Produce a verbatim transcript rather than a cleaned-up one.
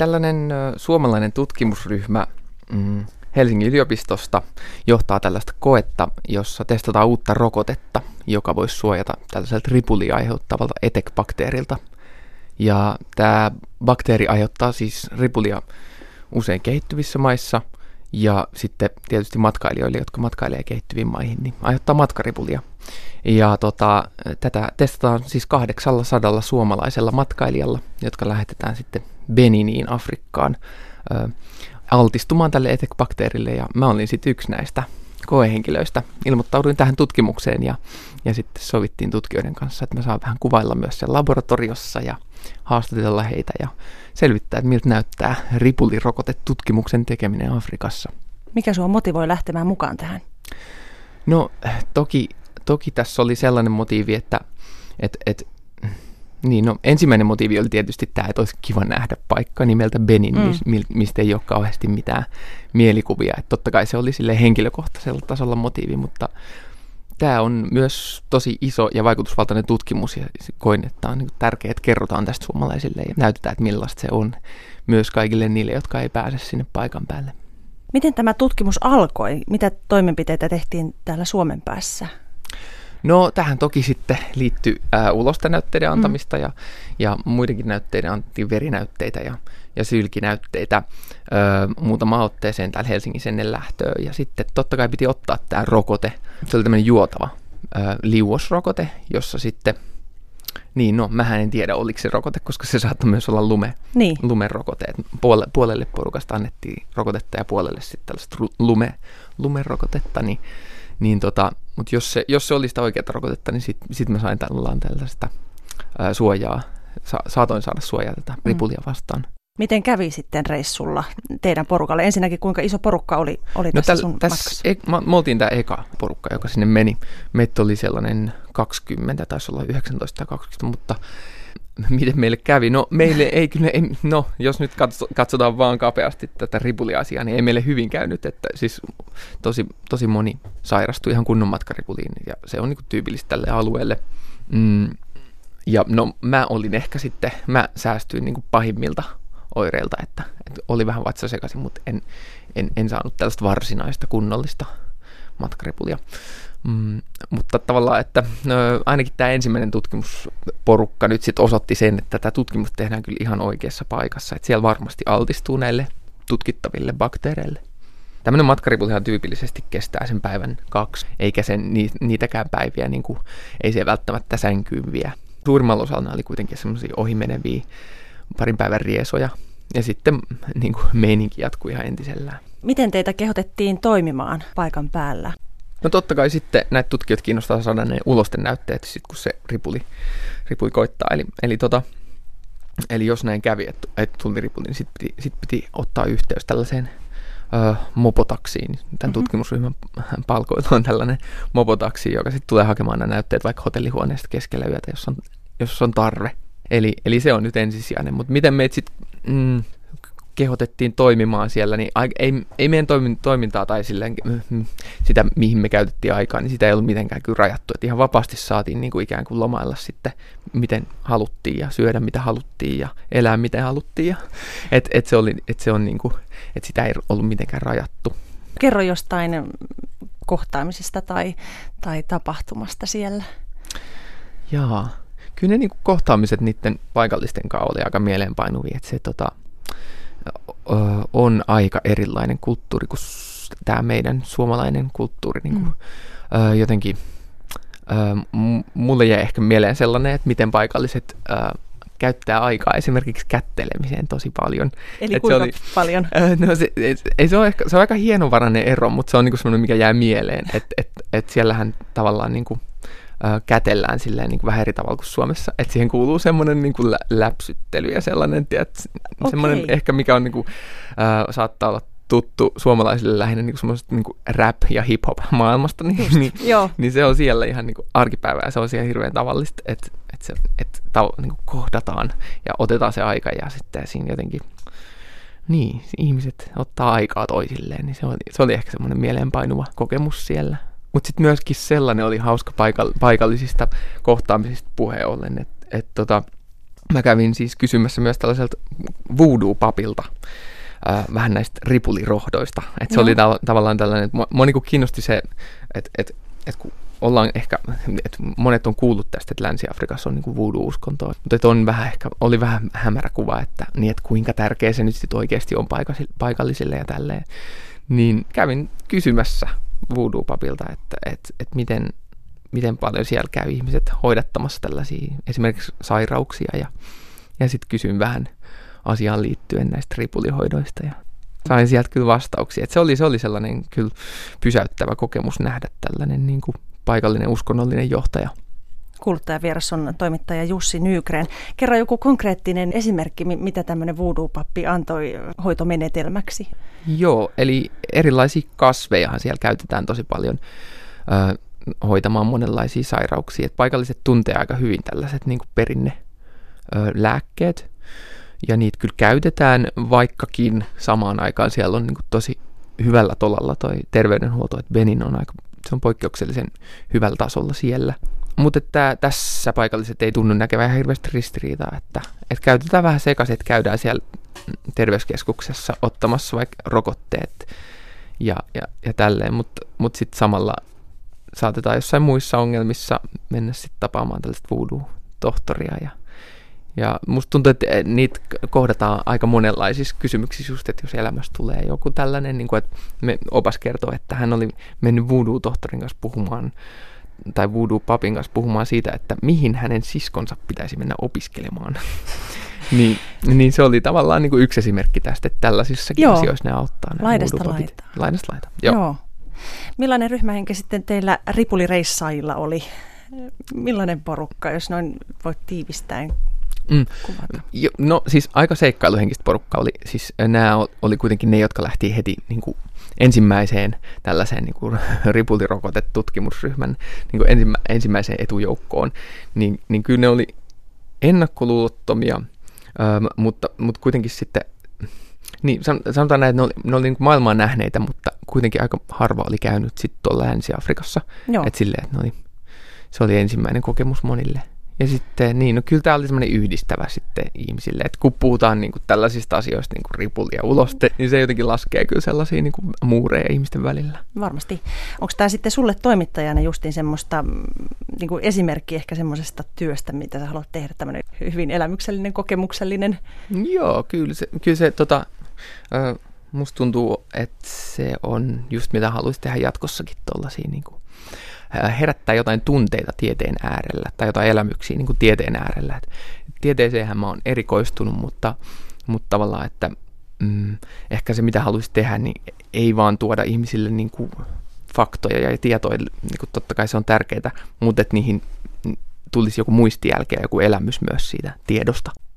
tällainen ö, suomalainen tutkimusryhmä mm, Helsingin yliopistosta johtaa tällaista koetta, jossa testataan uutta rokotetta, joka voisi suojata tällaiselta ripulia aiheuttavalta E T E C-bakteerilta. Ja tämä bakteeri aiheuttaa siis ripulia usein kehittyvissä maissa ja sitten tietysti matkailijoille, jotka matkailee kehittyviin maihin, niin aiheuttaa matkaripulia. Ja tota, tätä testataan siis kahdeksansataa suomalaisella matkailijalla, jotka lähetetään sitten Beniniin Afrikkaan ö, altistumaan tälle E T E C-bakteerille. Ja mä olin sitten yksi näistä koehenkilöistä. Ilmoittauduin tähän tutkimukseen ja, ja sitten sovittiin tutkijoiden kanssa, että mä saan vähän kuvailla myös sen laboratoriossa ja haastatella heitä ja selvittää, että miltä näyttää ripulirokotetutkimuksen tekeminen Afrikassa. Mikä sua motivoi lähtemään mukaan tähän? No toki, toki tässä oli sellainen motiivi, että et, et, niin, no, ensimmäinen motiivi oli tietysti tämä, että olisi kiva nähdä paikka nimeltä Benin, mm. mistä ei ole kauheasti mitään mielikuvia. Että totta kai se oli sille henkilökohtaisella tasolla motiivi, mutta tämä on myös tosi iso ja vaikutusvaltainen tutkimus ja koin, että on niin tärkeää, että kerrotaan tästä suomalaisille ja näytetään, että millaista se on myös kaikille niille, jotka ei pääse sinne paikan päälle. Miten tämä tutkimus alkoi? Mitä toimenpiteitä tehtiin täällä Suomen päässä? No tähän toki sitten liittyy ää, ulostenäytteiden antamista mm. ja, ja muidenkin näytteiden, annettiin verinäytteitä ja, ja sylkinäytteitä ää, muutama otteeseen täällä Helsingin ennen lähtöön. Ja sitten totta kai piti ottaa tämä rokote. Se oli tämmöinen juotava ää, liuosrokote, jossa sitten, niin no mähän en tiedä oliko se rokote, koska se saattoi myös olla lume, niin. lumerokote. Puole, puolelle porukasta annettiin rokotetta ja puolelle sitten tällaista lume, lumerokotetta, niin Niin tota, mutta jos se, jos se oli sitä oikeaa rokotetta, niin sitten sit mä sain tällaista ää, suojaa, Sa, saatoin saada suojaa tätä ripulia vastaan. Miten kävi sitten reissulla teidän porukalle? Ensinnäkin kuinka iso porukka oli, oli no tässä täl, sun täs, matkassa? E, me, me oltiin tämä eka porukka, joka sinne meni. Meitä oli sellainen kaksikymmentä, taisi olla yhdeksäntoista tai kaksikymmentä, mutta miten meille kävi? No meille ei kyllä, ei, no jos nyt katsotaan vaan kapeasti tätä ripuliasiaa, niin ei meille hyvin käynyt, että siis tosi, tosi moni sairastui ihan kunnon matkaripuliin ja se on niin kuin tyypillistä tälle alueelle. Mm, ja no mä olin ehkä sitten, mä säästyin niin kuin pahimmilta oireilta, että, että oli vähän vatsa sekaisin, mutta en, en, en saanut tällaista varsinaista kunnollista matkaripulia. Mm, mutta tavallaan, että no, ainakin tämä ensimmäinen tutkimusporukka nyt sitten osoitti sen, että tätä tutkimusta tehdään kyllä ihan oikeassa paikassa, että siellä varmasti altistuu näille tutkittaville bakteereille. Tämmöinen matkaripulihan tyypillisesti kestää sen päivän kaksi, eikä sen niitäkään päiviä, niin kuin, ei se välttämättä sänkyyn vie. Suurimmalla osalla oli kuitenkin semmoisia ohimeneviä parin päivän riesoja, ja sitten niin kuin meininki jatkui ihan entisellään. Miten teitä kehotettiin toimimaan paikan päällä? No totta kai sitten näitä tutkijoita kiinnostaa saada ne ulosten näytteet, sit kun se ripuli, ripuli koittaa. Eli, eli, tota, eli jos näin kävi, että, että tuli ripuli, niin sitten piti, sit piti ottaa yhteys tällaiseen ö, mopotaksiin. Tämän mm-hmm. tutkimusryhmän palkoilla on tällainen mopotaksi, joka sitten tulee hakemaan nämä näytteet vaikka hotellihuoneesta keskellä yötä, jos on, jos on tarve. Eli, eli se on nyt ensisijainen, mutta miten meitä sitten mm, kehotettiin toimimaan siellä, niin ei, ei meidän toimintaa tai silleen, sitä, mihin me käytettiin aikaa, niin sitä ei ollut mitenkään kyllä rajattu. Että ihan vapaasti saatiin niin kuin ikään kuin lomailla sitten, miten haluttiin ja syödä mitä haluttiin ja elää miten haluttiin. Että et se, oli, et se on niin kuin, et sitä ei ollut mitenkään rajattu. Kerro jostain kohtaamisesta tai, tai tapahtumasta siellä. Jaa, kyllä ne niin kuin kohtaamiset niiden paikallisten kanssa oli aika mieleenpainuvia, että se tota, on aika erilainen kulttuuri kuin tämä meidän suomalainen kulttuuri. Niin kuin, mm. jotenkin mulle jäi ehkä mieleen sellainen, että miten paikalliset käyttää aikaa esimerkiksi kättelemiseen tosi paljon. Eli et kuinka se oli, paljon? No se, ei, se, on ehkä, se on aika hienovarainen ero, mutta se on niinku semmoinen, mikä jää mieleen. Että et, et siellähän tavallaan niinku, ä, kätellään silleen niinku vähän eri tavalla kuin Suomessa. Että siihen kuuluu semmoinen niinku lä- läpsyttely ja sellainen, tiedät, okay. semmoinen ehkä mikä on niinku, ä, saattaa olla tuttu suomalaisille lähinnä niinku semmoisesta niinku rap- ja hip-hop maailmasta, niin, niin, niin se on siellä ihan niinku arkipäivää ja se on siellä hirveän tavallista, että et se, et, tav- niinku kohdataan ja otetaan se aika ja sitten siinä jotenkin, niin, ihmiset ottaa aikaa toisilleen, niin se oli, se oli ehkä semmoinen mieleenpainuva kokemus siellä. Mutta sitten myöskin sellainen oli hauska paikall- paikallisista kohtaamisista puheen ollen, että et tota, mä kävin siis kysymässä myös tällaiselta voodoo-papilta äh, vähän näistä ripulirohdoista. Että se no. oli ta- tavallaan tällainen, että mua niin kuin kiinnosti se, että et, et kun ollaan ehkä, että monet on kuullut tästä, että Länsi-Afrikassa on niin kuin voodoo-uskontoa, mutta että on vähän ehkä, oli vähän hämärä kuva, että, niin, että kuinka tärkeä se nyt sitten oikeasti on paikallisille ja tälleen. Niin kävin kysymässä voodoo-papilta, että, että, että miten, miten paljon siellä käy ihmiset hoidattamassa tällaisia esimerkiksi sairauksia ja, ja sitten kysyin vähän asiaan liittyen näistä ripulihoidoista ja sain sieltä kyllä vastauksia. Että se, oli, se oli sellainen kyllä pysäyttävä kokemus nähdä tällainen niin kuin paikallinen uskonnollinen johtaja. Kuuluttajavieras on toimittaja Jussi Nygren. Kerro joku konkreettinen esimerkki, mitä tämmöinen voodoo-pappi antoi hoitomenetelmäksi. Joo, eli erilaisia kasvejahan siellä käytetään tosi paljon ö, hoitamaan monenlaisia sairauksia. Et paikalliset tuntee aika hyvin tällaiset niin kuin perinnelääkkeet, ja niitä kyllä käytetään, vaikkakin samaan aikaan siellä on niin kuin tosi hyvällä tolalla toi terveydenhuolto, että Benin on aika, se on poikkeuksellisen hyvällä tasolla siellä. Mutta että tässä paikalliset ei tunnu näkevän hirveästi ristiriitaa, että, että käytetään vähän sekaisin, että käydään siellä terveyskeskuksessa ottamassa vaikka rokotteet ja, ja, ja tälleen, mutta mut sitten samalla saatetaan jossain muissa ongelmissa mennä sitten tapaamaan tällaista voodoo-tohtoria. Ja, ja musta tuntuu, että niitä kohdataan aika monenlaisissa kysymyksissä just, että jos elämässä tulee joku tällainen, niin kuin, että me opas kertoo, että hän oli mennyt voodoo-tohtorin kanssa puhumaan tai voodoo-papin kanssa puhumaan siitä, että mihin hänen siskonsa pitäisi mennä opiskelemaan. niin, niin se oli tavallaan niin kuin yksi esimerkki tästä, että tällaisissakin Joo. asioissa ne auttaa. Laidasta laita. Laidasta laita. Joo. Joo. Millainen ryhmähenki sitten teillä ripulireissaajilla oli? Millainen porukka, jos noin voit tiivistäen mm. kuvata? Jo, no siis aika seikkailuhenkistä porukka oli. Siis nämä oli kuitenkin ne, jotka lähti heti niin kuin ensimmäiseen tällaiseen niin kuin ripulirokotetutkimusryhmän niin kuin ensimmä, ensimmäiseen etujoukkoon, niin, niin kyllä ne oli ennakkoluulottomia, ähm, mutta, mutta kuitenkin sitten, niin sanotaan näin, että ne oli, ne oli niin kuin maailmaa nähneitä, mutta kuitenkin aika harva oli käynyt sitten tuolla Länsi-Afrikassa. Että silleen, että ne oli, se oli ensimmäinen kokemus monille. Ja sitten, niin, no kyllä tämä oli semmoinen yhdistävä sitten ihmisille, että kun puhutaan niin kuin tällaisista asioista, niin kuin ripuli ja uloste, niin se jotenkin laskee kyllä sellaisia niin kuin muureja ihmisten välillä. Varmasti. Onko tämä sitten sulle toimittajana justiin semmoista niin kuin esimerkki ehkä semmoisesta työstä, mitä sä haluat tehdä, tämmöinen hyvin elämyksellinen, kokemuksellinen? Joo, kyllä se, kyllä se tota, äh, musta tuntuu, että se on just mitä haluaisi tehdä jatkossakin tuollaisia niin kuin herättää jotain tunteita tieteen äärellä tai jotain elämyksiä niin kuin tieteen äärellä. Et tieteeseenhän mä oon erikoistunut, mutta, mutta tavallaan, että mm, ehkä se mitä haluaisi tehdä, niin ei vaan tuoda ihmisille niin kuin faktoja ja tietoja, niin kuin totta kai se on tärkeää, mutta että niihin tulisi joku muistijälkeä, joku elämys myös siitä tiedosta.